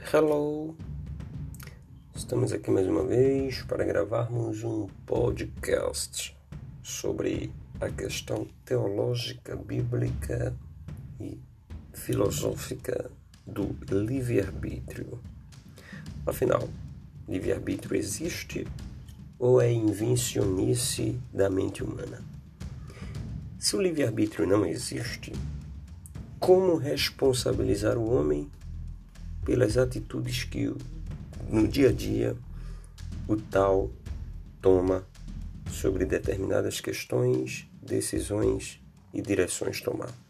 Hello! Estamos aqui mais uma vez para gravarmos um podcast sobre a questão teológica, bíblica e filosófica do livre-arbítrio. Afinal, livre-arbítrio existe ou é invencionice da mente humana? Se o livre-arbítrio não existe, como responsabilizar o homem pelas atitudes que no dia a dia o tal toma sobre determinadas questões, decisões e direções tomar?